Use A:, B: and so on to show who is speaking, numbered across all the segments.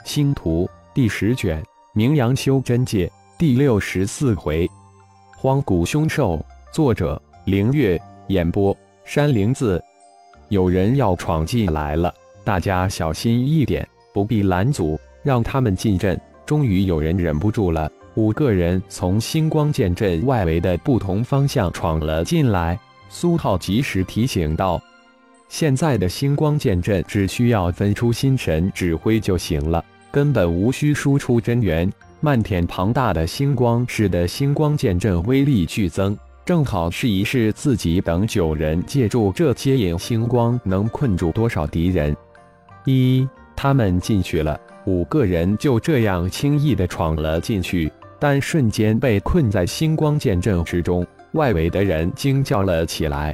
A: 星图第10卷，名扬修真界第64回，荒古凶兽。作者：凌月，演播：山灵子。有人要闯进来了，大家小心一点，不必拦阻，让他们进阵。终于有人忍不住了，5个人从星光剑阵外围的不同方向闯了进来。苏浩及时提醒道：现在的星光剑阵只需要分出心神指挥就行了，根本无需输出真元。漫天庞大的星光使得星光剑阵威力剧增，正好试一试自己等9人借助这接引星光能困住多少敌人。他们进去了，5个人就这样轻易地闯了进去，但瞬间被困在星光剑阵之中。外围的人惊叫了起来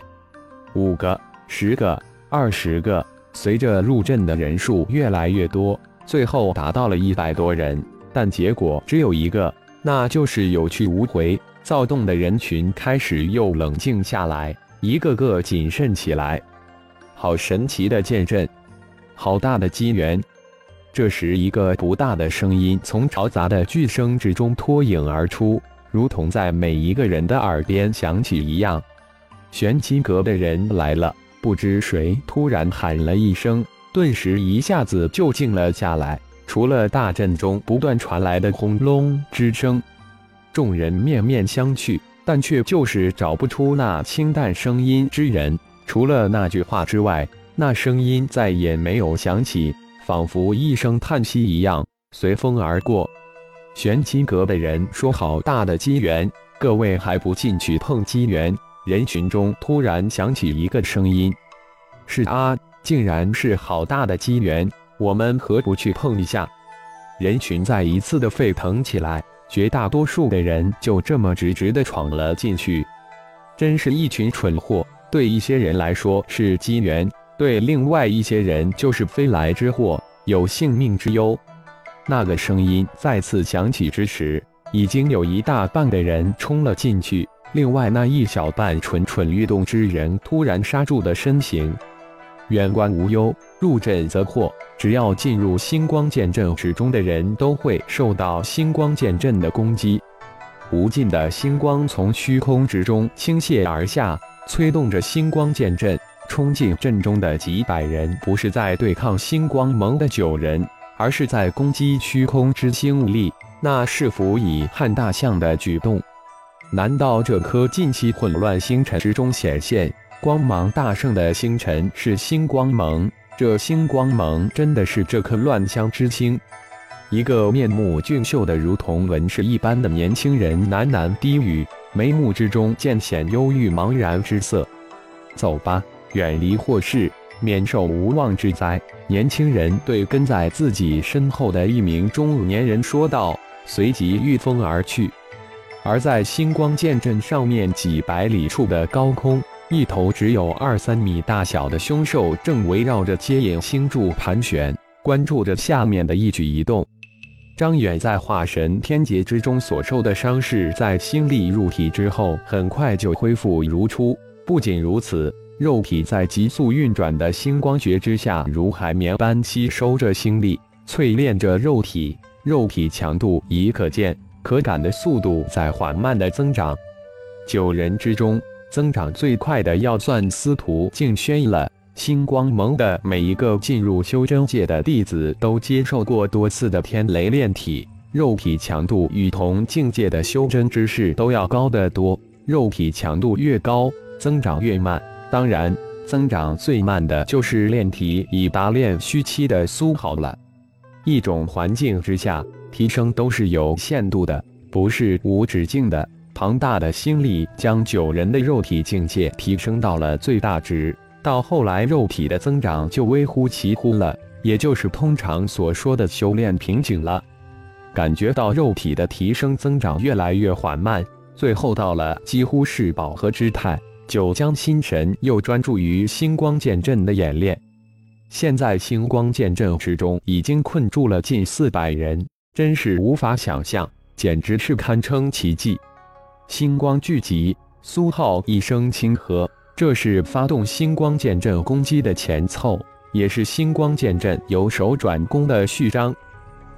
A: ，5个、10个、20个，随着入阵的人数越来越多，最后达到了100多人，但结果只有一个，那就是有去无回。躁动的人群开始又冷静下来，一个个谨慎起来。好神奇的剑阵，好大的机缘！这时，一个不大的声音从嘈杂的巨声之中脱颖而出，如同在每一个人的耳边响起一样。玄机阁的人来了！不知谁突然喊了一声，顿时一下子就静了下来，除了大阵中不断传来的轰隆之声。众人面面相觑，但却就是找不出那清淡声音之人。除了那句话之外，那声音再也没有响起，仿佛一声叹息一样，随风而过。玄机阁的人说：好大的机缘，各位还不进去碰机缘？人群中突然响起一个声音：是啊，竟然是好大的机缘，我们何不去碰一下？人群再一次的沸腾起来，绝大多数的人就这么直直的闯了进去。真是一群蠢货，对一些人来说是机缘，对另外一些人就是飞来之祸，有性命之忧。那个声音再次响起之时，已经有一大半的人冲了进去，另外那一小半蠢蠢欲动之人突然刹住的身形。远观无忧，入阵则祸。只要进入星光剑阵之中的人都会受到星光剑阵的攻击。无尽的星光从虚空之中倾泻而下，催动着星光剑阵。冲进阵中的几百人不是在对抗星光盟的9人，而是在攻击虚空之星力，那是辅以撼大象的举动。难道这颗近期混乱星辰之中显现光芒大盛的星辰是星光盟？这星光盟真的是这颗乱象之星？一个面目俊秀的如同文士一般的年轻人喃喃低语，眉目之中渐显忧郁茫然之色。走吧，远离祸事，免受无妄之灾。年轻人对跟在自己身后的一名中年人说道，随即御风而去。而在星光剑阵上面几百里处的高空，一头只有2-3米大小的凶兽正围绕着接引星柱盘旋，关注着下面的一举一动。张远在化神天劫之中所受的伤势，在星力入体之后很快就恢复如初。不仅如此，肉体在急速运转的星光诀之下，如海绵般吸收着星力，淬炼着肉体。肉体强度已可见、可感的速度在缓慢的增长。9人之中，增长最快的要算司徒敬轩了。星光盟的每一个进入修真界的弟子都接受过多次的天雷炼体，肉体强度与同境界的修真之士都要高得多。肉体强度越高，增长越慢。当然，增长最慢的就是炼体已达炼虚期的苏浩了。一种环境之下，提升都是有限度的，不是无止境的。庞大的星力将9人的肉体境界提升到了最大值，到后来肉体的增长就微乎其微了，也就是通常所说的修炼瓶颈了。感觉到肉体的提升增长越来越缓慢，最后到了几乎是饱和之态，就将心神又专注于星光剑阵的演练。现在星光剑阵之中已经困住了近400人，真是无法想象，简直是堪称奇迹。星光聚集，苏浩一声轻喝，这是发动星光剑阵攻击的前奏，也是星光剑阵由守转攻的序章。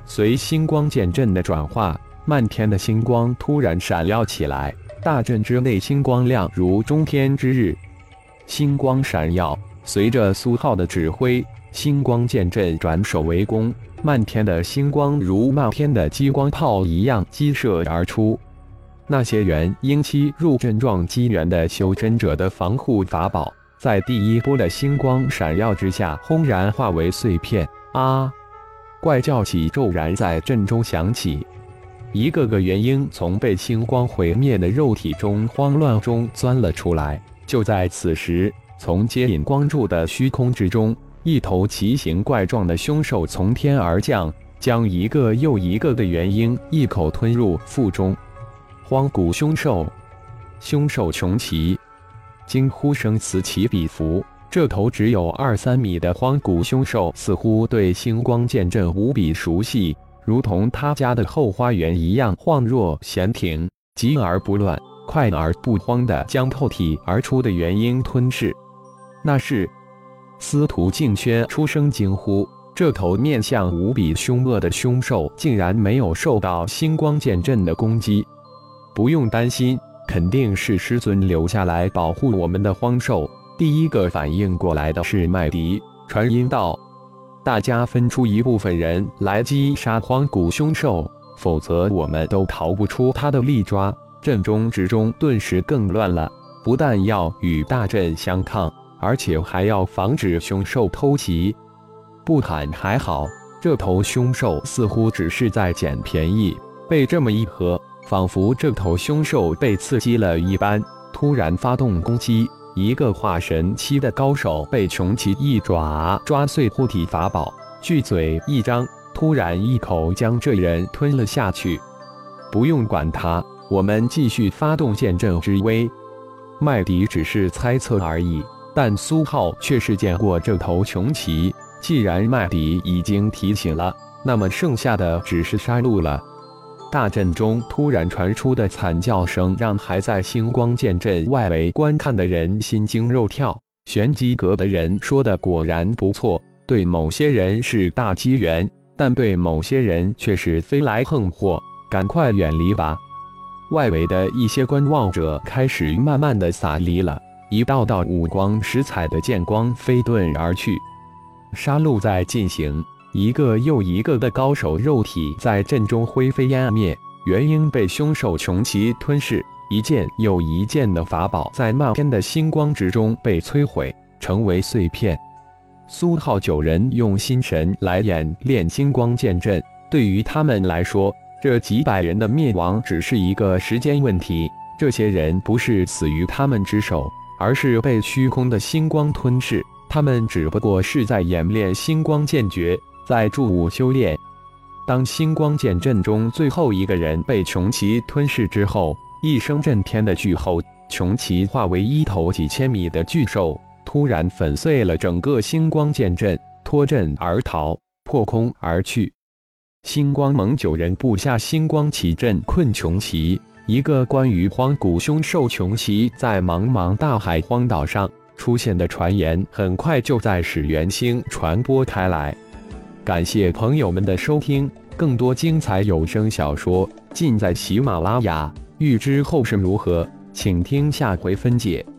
A: 随星光剑阵的转化，漫天的星光突然闪耀起来，大阵之内星光亮如中天之日。星光闪耀，随着苏浩的指挥，星光剑阵转守为攻，漫天的星光如漫天的激光炮一样激射而出。那些元婴期入阵撞击源的修真者的防护法宝，在第一波的星光闪耀之下，轰然化为碎片。啊！怪叫起骤然在阵中响起，一个个元婴从被星光毁灭的肉体中慌乱中钻了出来。就在此时，从接引光柱的虚空之中，一头奇形怪状的凶兽从天而降，将一个又一个的元婴一口吞入腹中。荒古凶兽，凶兽穷奇！惊呼声此起彼伏。这头只有2-3米的荒古凶兽似乎对星光剑阵无比熟悉，如同他家的后花园一样晃若闲庭，急而不乱，快而不慌地将透体而出的元婴吞噬。那是司徒静轩出声惊呼，这头面相无比凶恶的凶兽竟然没有受到星光剑阵的攻击。不用担心，肯定是师尊留下来保护我们的荒兽。第一个反应过来的是麦迪，传音道：“大家分出一部分人来击杀荒古凶兽，否则我们都逃不出他的利抓。”阵中之中顿时更乱了，不但要与大阵相抗，而且还要防止凶兽偷袭。不喊还好，这头凶兽似乎只是在捡便宜，被这么一合，仿佛这头凶兽被刺激了一般，突然发动攻击。一个化神期的高手被穷奇一爪抓碎护体法宝，巨嘴一张，突然一口将这人吞了下去。不用管他，我们继续发动剑阵之威。麦迪只是猜测而已，但苏浩却是见过这头穷奇。既然麦迪已经提醒了，那么剩下的只是杀戮了。大阵中突然传出的惨叫声，让还在星光剑阵外围观看的人心惊肉跳。玄机阁的人说的果然不错，对某些人是大机缘，但对某些人却是飞来横祸，赶快远离吧。外围的一些观望者开始慢慢的洒离了，一道道五光十彩的剑光飞遁而去。杀戮在进行，一个又一个的高手肉体在阵中灰飞烟灭，元婴被凶兽穷奇吞噬，一件又一件的法宝在漫天的星光之中被摧毁，成为碎片。苏浩9人用心神来演练星光剑阵，对于他们来说，这几百人的灭亡只是一个时间问题。这些人不是死于他们之手，而是被虚空的星光吞噬，他们只不过是在演练星光剑诀，在助武修炼。当星光剑阵中最后一个人被穷奇吞噬之后，一声震天的巨吼，穷奇化为一头几千米的巨兽，突然粉碎了整个星光剑阵，脱阵而逃，破空而去。星光盟9人布下星光奇阵困穷奇。一个关于荒古凶兽穷奇在茫茫大海荒岛上出现的传言，很快就在始源星传播开来。感谢朋友们的收听，更多精彩有声小说尽在喜马拉雅。欲知后事如何，请听下回分解。